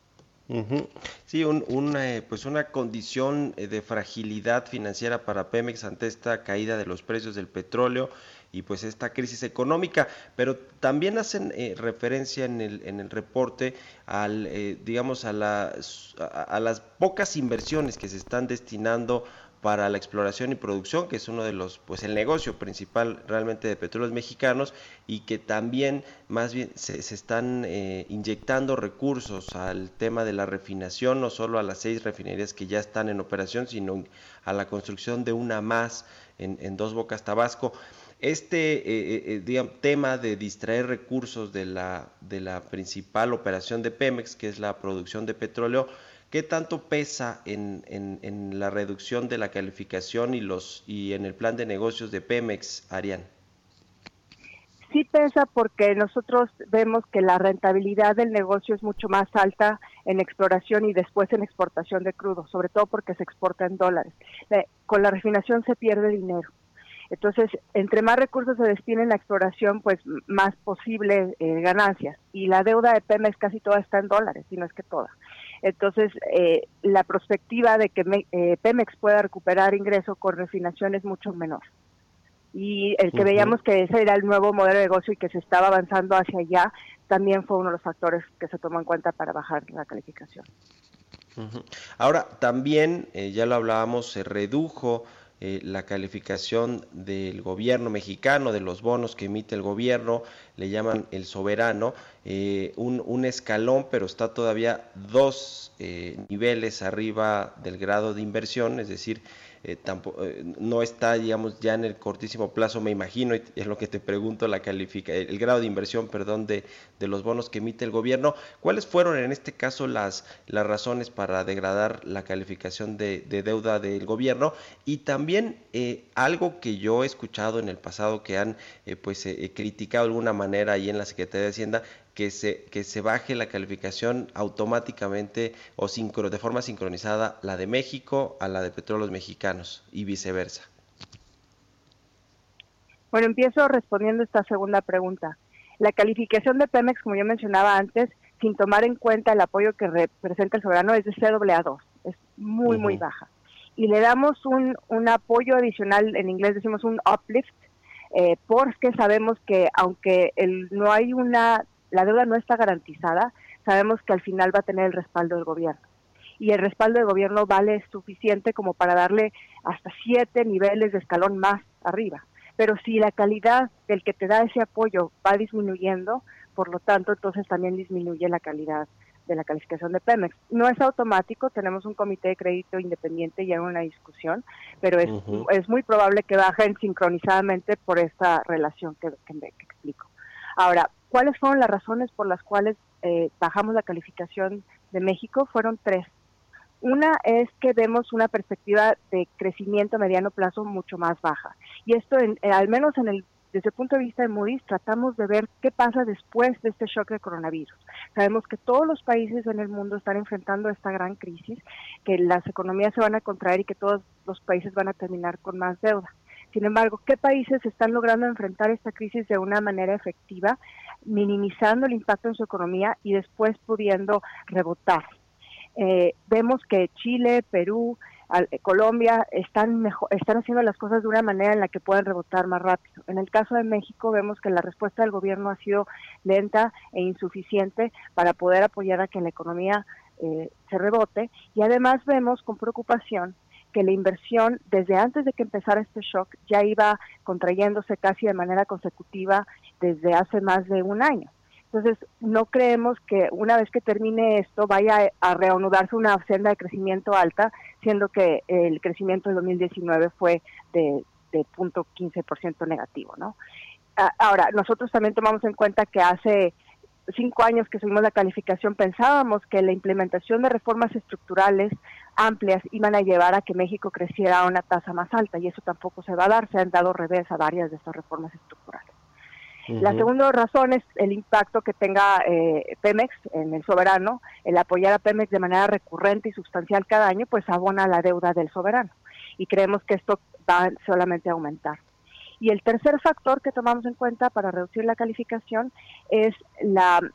Ujú. Sí, pues una condición de fragilidad financiera para Pemex ante esta caída de los precios del petróleo y pues esta crisis económica, pero también hacen referencia en el reporte al digamos a las pocas inversiones que se están destinando para la exploración y producción, que es uno de los, pues el negocio principal realmente de Petróleos Mexicanos, y que también más bien se están inyectando recursos al tema de la refinación, no solo a las 6 refinerías que ya están en operación, sino a la construcción de una más en Dos Bocas, Tabasco. Digamos, tema de distraer recursos de la principal operación de Pemex, que es la producción de petróleo, ¿qué tanto pesa en la reducción de la calificación y en el plan de negocios de Pemex, Arián? Sí pesa porque nosotros vemos que la rentabilidad del negocio es mucho más alta en exploración y después en exportación de crudo, sobre todo porque se exporta en dólares. Con la refinación se pierde dinero. Entonces, entre más recursos se destinen a exploración, pues más posible ganancias. Y la deuda de Pemex casi toda está en dólares, si no es que toda. Entonces, la perspectiva de que Pemex pueda recuperar ingreso con refinación es mucho menor. Y el que veíamos que ese era el nuevo modelo de negocio y que se estaba avanzando hacia allá, también fue uno de los factores que se tomó en cuenta para bajar la calificación. Ahora, también, ya lo hablábamos, se redujo la calificación del gobierno mexicano, de los bonos que emite el gobierno, le llaman el soberano, un escalón, pero está todavía 2 niveles arriba del grado de inversión, es decir, no está, digamos, ya en el cortísimo plazo, me imagino, y es lo que te pregunto, el grado de inversión, perdón, de los bonos que emite el gobierno. ¿Cuáles fueron en este caso las razones para degradar la calificación de deuda del gobierno? Y también algo que yo he escuchado en el pasado que han criticado de alguna manera ahí en la Secretaría de Hacienda, que se baje la calificación automáticamente o de forma sincronizada la de México a la de Petróleos Mexicanos y viceversa. Bueno, empiezo respondiendo esta segunda pregunta. La calificación de Pemex, como yo mencionaba antes, sin tomar en cuenta el apoyo que representa el soberano, es de CAA2, es muy, muy baja. Y le damos un apoyo adicional, en inglés decimos un uplift, porque sabemos que aunque la deuda no está garantizada, sabemos que al final va a tener el respaldo del gobierno. Y el respaldo del gobierno vale suficiente como para darle hasta 7 niveles de escalón más arriba. Pero si la calidad del que te da ese apoyo va disminuyendo, por lo tanto, entonces también disminuye la calidad de la calificación de Pemex. No es automático, tenemos un comité de crédito independiente y hay una discusión, pero es muy probable que bajen sincronizadamente por esta relación que explico. Ahora, ¿cuáles fueron las razones por las cuales bajamos la calificación de México? Fueron 3. Una es que vemos una perspectiva de crecimiento a mediano plazo mucho más baja. Y esto, al menos desde el punto de vista de Moody's, tratamos de ver qué pasa después de este shock de coronavirus. Sabemos que todos los países en el mundo están enfrentando esta gran crisis, que las economías se van a contraer y que todos los países van a terminar con más deuda. Sin embargo, ¿qué países están logrando enfrentar esta crisis de una manera efectiva, minimizando el impacto en su economía y después pudiendo rebotar? Vemos que Chile, Perú, Colombia están haciendo las cosas de una manera en la que pueden rebotar más rápido. En el caso de México vemos que la respuesta del gobierno ha sido lenta e insuficiente para poder apoyar a que la economía se rebote, y además vemos con preocupación que la inversión desde antes de que empezara este shock ya iba contrayéndose casi de manera consecutiva desde hace más de un año. Entonces, no creemos que una vez que termine esto vaya a reanudarse una senda de crecimiento alta, siendo que el crecimiento del 2019 fue de 0.15% negativo, ¿no? Ahora, nosotros también tomamos en cuenta que hace 5 años que subimos la calificación, pensábamos que la implementación de reformas estructurales amplias iban a llevar a que México creciera a una tasa más alta, y eso tampoco se va a dar. Se han dado revés a varias de estas reformas estructurales. La segunda razón es el impacto que tenga Pemex en el soberano. El apoyar a Pemex de manera recurrente y sustancial cada año, pues abona la deuda del soberano, y creemos que esto va solamente a aumentar. Y el tercer factor que tomamos en cuenta para reducir la calificación es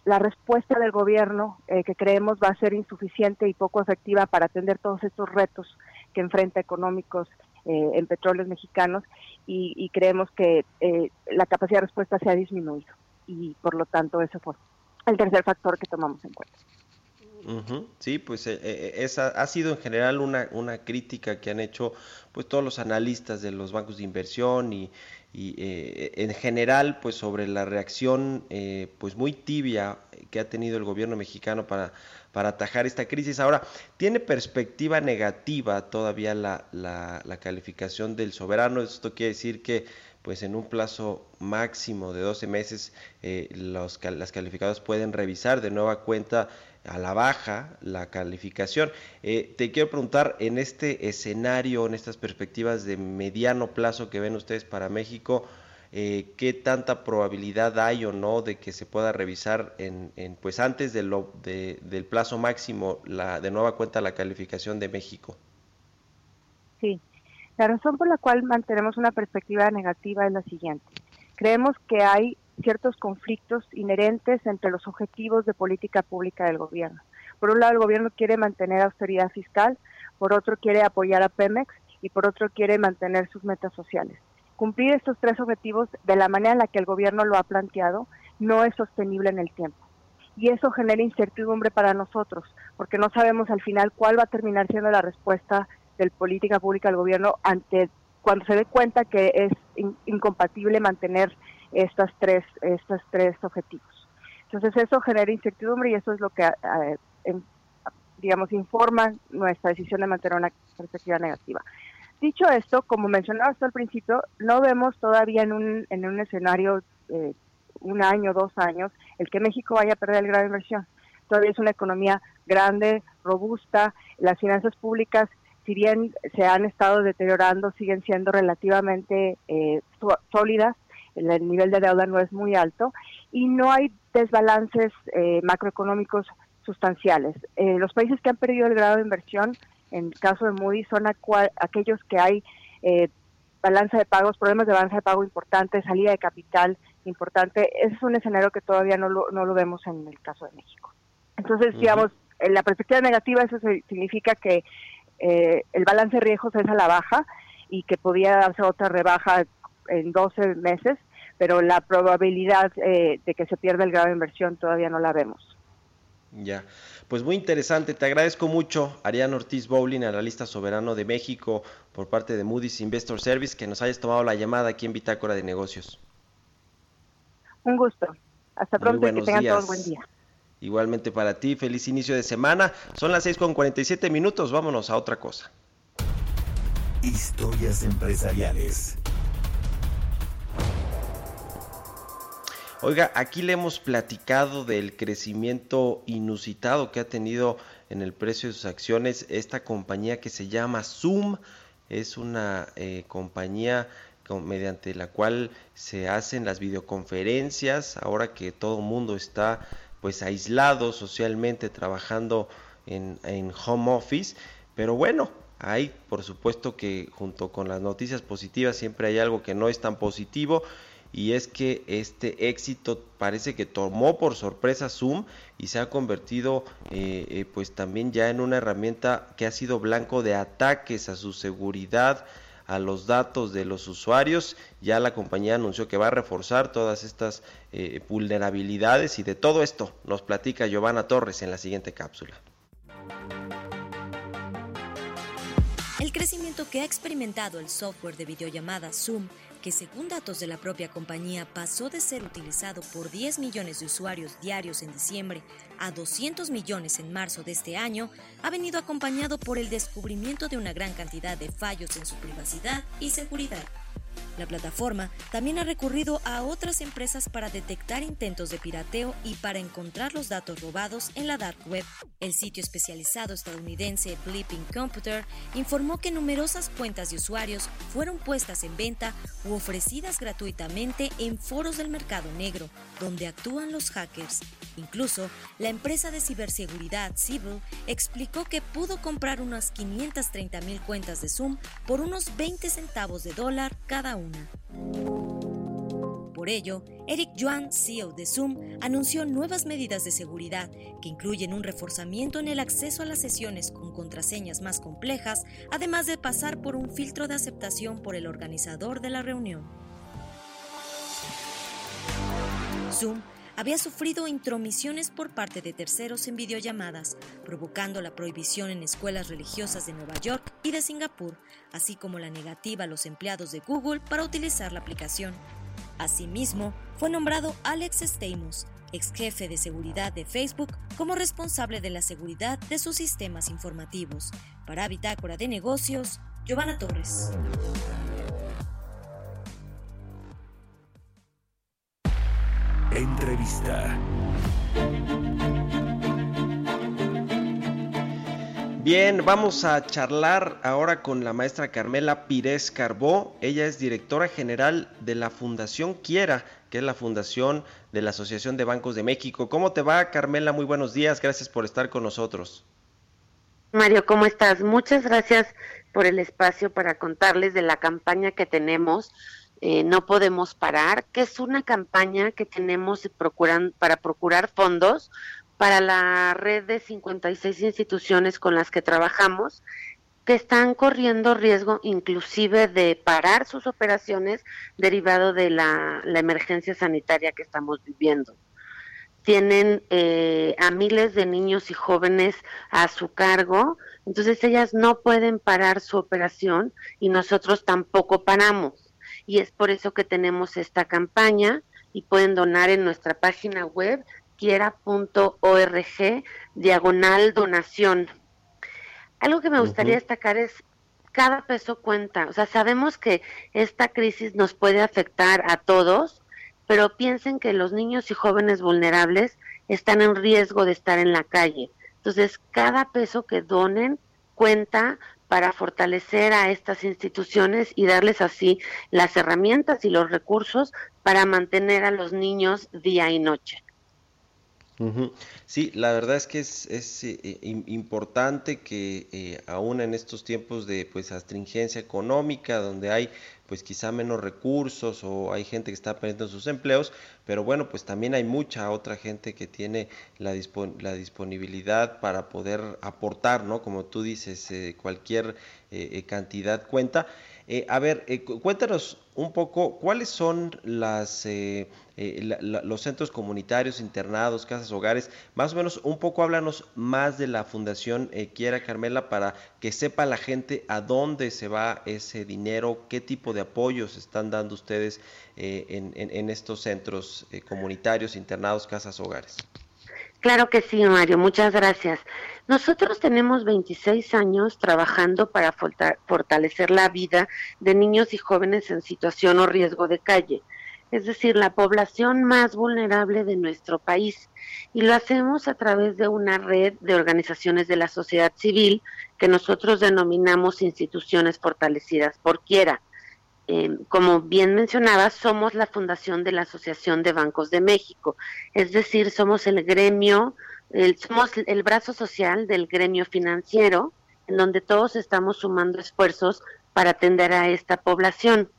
la respuesta del gobierno, que creemos va a ser insuficiente y poco efectiva para atender todos estos retos que enfrenta económicos en petróleos mexicanos, y creemos que la capacidad de respuesta se ha disminuido, y por lo tanto ese fue el tercer factor que tomamos en cuenta. Sí, pues esa ha sido en general una crítica que han hecho pues todos los analistas de los bancos de inversión y en general pues sobre la reacción pues muy tibia que ha tenido el gobierno mexicano para atajar esta crisis. Ahora, ¿tiene perspectiva negativa todavía la calificación del soberano? Esto quiere decir que pues en un plazo máximo de 12 meses las calificadoras pueden revisar de nueva cuenta a la baja la calificación. Te quiero preguntar, en este escenario, en estas perspectivas de mediano plazo que ven ustedes para México, ¿qué tanta probabilidad hay o no de que se pueda revisar pues antes del plazo máximo de nueva cuenta la calificación de México? Sí, la razón por la cual mantenemos una perspectiva negativa es la siguiente. Creemos que hay ciertos conflictos inherentes entre los objetivos de política pública del gobierno. Por un lado, el gobierno quiere mantener austeridad fiscal, por otro quiere apoyar a Pemex y por otro quiere mantener sus metas sociales. Cumplir estos tres objetivos de la manera en la que el gobierno lo ha planteado no es sostenible en el tiempo. Y eso genera incertidumbre para nosotros, porque no sabemos al final cuál va a terminar siendo la respuesta de política pública del gobierno cuando se dé cuenta que es incompatible mantener estos tres objetivos. Entonces eso genera incertidumbre y eso es lo que informa nuestra decisión de mantener una perspectiva negativa. Dicho esto, como mencionaba hasta al principio, no vemos todavía en un escenario 1 año, 2 años, el que México vaya a perder el grado de inversión. Todavía es una economía grande, robusta, las finanzas públicas, si bien se han estado deteriorando, siguen siendo relativamente sólidas, el nivel de deuda no es muy alto y no hay desbalances macroeconómicos sustanciales. Los países que han perdido el grado de inversión, en el caso de Moody's, son aquellos que hay balanza de pagos, problemas de balanza de pago importantes, salida de capital importante. Ese es un escenario que todavía no lo vemos en el caso de México. Entonces, digamos, en la perspectiva negativa, eso significa que el balance de riesgos es a la baja y que podría darse otra rebaja en 12 meses, pero la probabilidad de que se pierda el grado de inversión todavía no la vemos. Ya, pues muy interesante. Te agradezco mucho, Ariana Ortiz Bowling, analista soberano de México por parte de Moody's Investor Service, que nos hayas tomado la llamada aquí en Bitácora de Negocios. Un gusto. Hasta pronto y que tengan todos buen día. Igualmente para ti, feliz inicio de semana. Son las 6:47, vámonos a otra cosa. Historias empresariales. Oiga, aquí le hemos platicado del crecimiento inusitado que ha tenido en el precio de sus acciones esta compañía que se llama Zoom. Es una compañía mediante la cual se hacen las videoconferencias, ahora que todo el mundo está pues aislado socialmente, trabajando en home office. Pero bueno, hay por supuesto que junto con las noticias positivas siempre hay algo que no es tan positivo, y es que este éxito parece que tomó por sorpresa Zoom y se ha convertido pues también ya en una herramienta que ha sido blanco de ataques a su seguridad, a los datos de los usuarios. Ya la compañía anunció que va a reforzar todas estas vulnerabilidades, y de todo esto nos platica Giovanna Torres en la siguiente cápsula. El crecimiento que ha experimentado el software de videollamada Zoom, que según datos de la propia compañía pasó de ser utilizado por 10 millones de usuarios diarios en diciembre a 200 millones en marzo de este año, ha venido acompañado por el descubrimiento de una gran cantidad de fallos en su privacidad y seguridad. La plataforma también ha recurrido a otras empresas para detectar intentos de pirateo y para encontrar los datos robados en la dark web. El sitio especializado estadounidense Bleeping Computer informó que numerosas cuentas de usuarios fueron puestas en venta u ofrecidas gratuitamente en foros del mercado negro, donde actúan los hackers. Incluso, la empresa de ciberseguridad Siebel explicó que pudo comprar unas 530,000 cuentas de Zoom por unos 20 centavos de dólar cada una. Por Por ello, Eric Yuan, CEO de Zoom, anunció nuevas medidas de seguridad que incluyen un reforzamiento en el acceso a las sesiones con contraseñas más complejas, además de pasar por un filtro de aceptación por el organizador de la reunión. Zoom había sufrido intromisiones por parte de terceros en videollamadas, provocando la prohibición en escuelas religiosas de Nueva York y de Singapur, así como la negativa a los empleados de Google para utilizar la aplicación. Asimismo, fue nombrado Alex Stamos, ex jefe de seguridad de Facebook, como responsable de la seguridad de sus sistemas informativos. Para Bitácora de Negocios, Giovanna Torres. Entrevista. Bien, vamos a charlar ahora con la maestra Carmela Pires Carbó. Ella es directora general de la Fundación Quiera, que es la fundación de la Asociación de Bancos de México. ¿Cómo te va, Carmela? Muy buenos días, gracias por estar con nosotros. Mario, ¿cómo estás? Muchas gracias por el espacio para contarles de la campaña que tenemos, No Podemos Parar, que es una campaña que tenemos para procurar fondos para la red de 56 instituciones con las que trabajamos, que están corriendo riesgo inclusive de parar sus operaciones derivado de la emergencia sanitaria que estamos viviendo. Tienen a miles de niños y jóvenes a su cargo, entonces ellas no pueden parar su operación y nosotros tampoco paramos. Y es por eso que tenemos esta campaña y pueden donar en nuestra página web quiera.org/donación. Algo que me gustaría destacar es cada peso cuenta. O sea, sabemos que esta crisis nos puede afectar a todos, pero piensen que los niños y jóvenes vulnerables están en riesgo de estar en la calle. Entonces, cada peso que donen cuenta para fortalecer a estas instituciones y darles así las herramientas y los recursos para mantener a los niños día y noche. Sí, la verdad es que es importante que aún en estos tiempos de pues astringencia económica, donde hay pues quizá menos recursos o hay gente que está perdiendo sus empleos, pero bueno, pues también hay mucha otra gente que tiene la disponibilidad para poder aportar, ¿no? Como tú dices, cualquier cantidad cuenta. Cuéntanos un poco cuáles son los centros comunitarios, internados, casas, hogares, más o menos un poco háblanos más de la Fundación Quiera, Carmela, para que sepa la gente a dónde se va ese dinero, qué tipo de apoyos están dando ustedes en estos centros comunitarios, internados, casas, hogares. Claro que sí, Mario, muchas gracias. Nosotros tenemos 26 años trabajando para fortalecer la vida de niños y jóvenes en situación o riesgo de calle, es decir, la población más vulnerable de nuestro país. Y lo hacemos a través de una red de organizaciones de la sociedad civil que nosotros denominamos instituciones fortalecidas por Quiera. Como bien mencionaba, somos la fundación de la Asociación de Bancos de México, es decir, somos el gremio, somos el brazo social del gremio financiero, en donde todos estamos sumando esfuerzos para atender a esta población.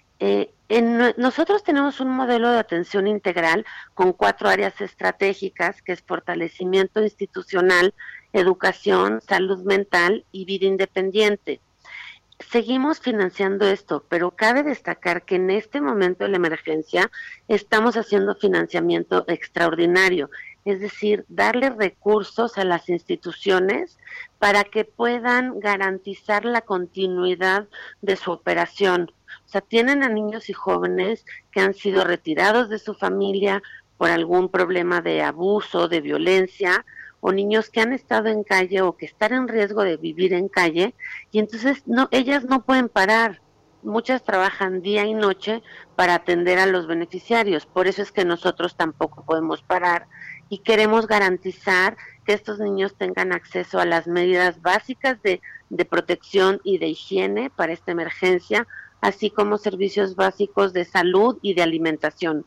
Nosotros tenemos un modelo de atención integral con 4 áreas estratégicas, que es fortalecimiento institucional, educación, salud mental y vida independiente. Seguimos financiando esto, pero cabe destacar que en este momento de la emergencia estamos haciendo financiamiento extraordinario, es decir, darle recursos a las instituciones para que puedan garantizar la continuidad de su operación. O sea, tienen a niños y jóvenes que han sido retirados de su familia por algún problema de abuso, de violencia, o niños que han estado en calle o que están en riesgo de vivir en calle, y entonces ellas no pueden parar. Muchas trabajan día y noche para atender a los beneficiarios, por eso es que nosotros tampoco podemos parar y queremos garantizar que estos niños tengan acceso a las medidas básicas de protección y de higiene para esta emergencia, así como servicios básicos de salud y de alimentación.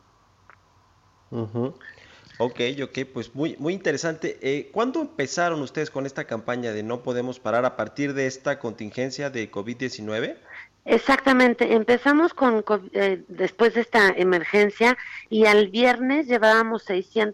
Ok, pues muy interesante. ¿Cuándo empezaron ustedes con esta campaña de No Podemos Parar a partir de esta contingencia de COVID-19? Exactamente, empezamos después de esta emergencia y al viernes llevábamos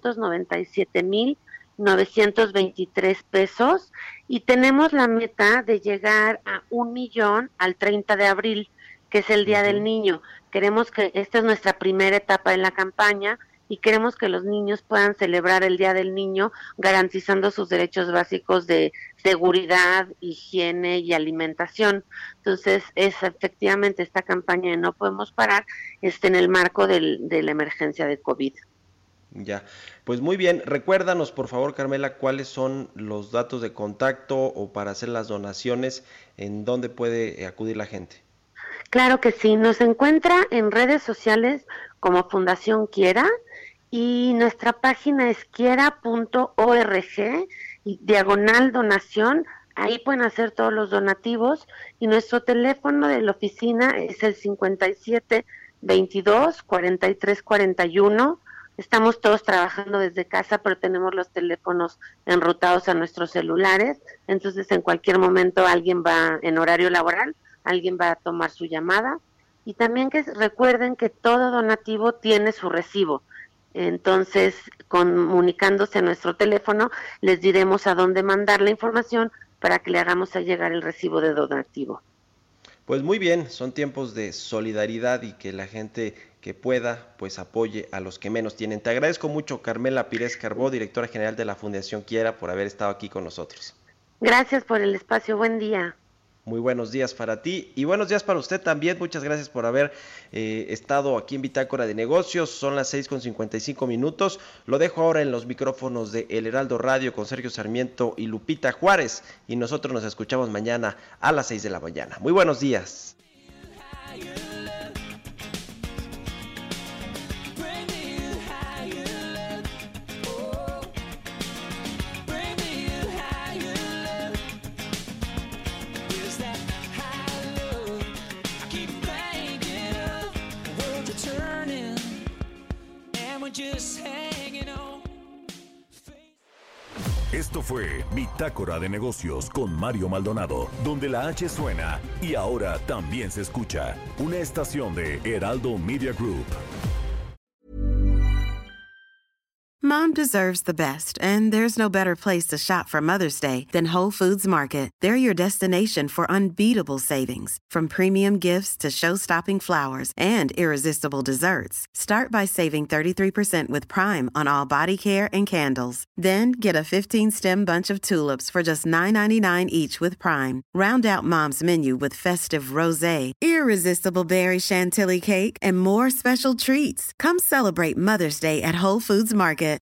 697,923 pesos y tenemos la meta de llegar a 1,000,000 al 30 de abril, que es el Día del Niño. Queremos que esta es nuestra primera etapa en la campaña y queremos que los niños puedan celebrar el Día del Niño garantizando sus derechos básicos de seguridad, higiene y alimentación. Entonces, es efectivamente esta campaña de No Podemos Parar en el marco de la emergencia de COVID. Ya, pues muy bien. Recuérdanos, por favor, Carmela, cuáles son los datos de contacto o para hacer las donaciones, en dónde puede acudir la gente. Claro que sí, nos encuentra en redes sociales como Fundación Quiera y nuestra página es quiera.org y /donación, ahí pueden hacer todos los donativos y nuestro teléfono de la oficina es el 5722-4341. Estamos todos trabajando desde casa, pero tenemos los teléfonos enrutados a nuestros celulares, entonces en cualquier momento alguien va en horario laboral, alguien va a tomar su llamada y también que recuerden que todo donativo tiene su recibo. Entonces, comunicándose a nuestro teléfono, les diremos a dónde mandar la información para que le hagamos llegar el recibo de donativo. Pues muy bien, son tiempos de solidaridad y que la gente que pueda, pues apoye a los que menos tienen. Te agradezco mucho, Carmela Pires Carbó, directora general de la Fundación Quiera, por haber estado aquí con nosotros. Gracias por el espacio, buen día. Muy buenos días para ti y buenos días para usted también. Muchas gracias por haber estado aquí en Bitácora de Negocios. Son las 6:55. Lo dejo ahora en los micrófonos de El Heraldo Radio con Sergio Sarmiento y Lupita Juárez. Y nosotros nos escuchamos mañana a las 6 de la mañana. Muy buenos días. Esto fue Bitácora de Negocios con Mario Maldonado, donde la H suena y ahora también se escucha. Una estación de Heraldo Media Group. Mom deserves the best, and there's no better place to shop for Mother's Day than Whole Foods Market. They're your destination for unbeatable savings, from premium gifts to show-stopping flowers and irresistible desserts. Start by saving 33% with Prime on all body care and candles. Then get a 15-stem bunch of tulips for just $9.99 each with Prime. Round out Mom's menu with festive rosé, irresistible berry chantilly cake, and more special treats. Come celebrate Mother's Day at Whole Foods Market.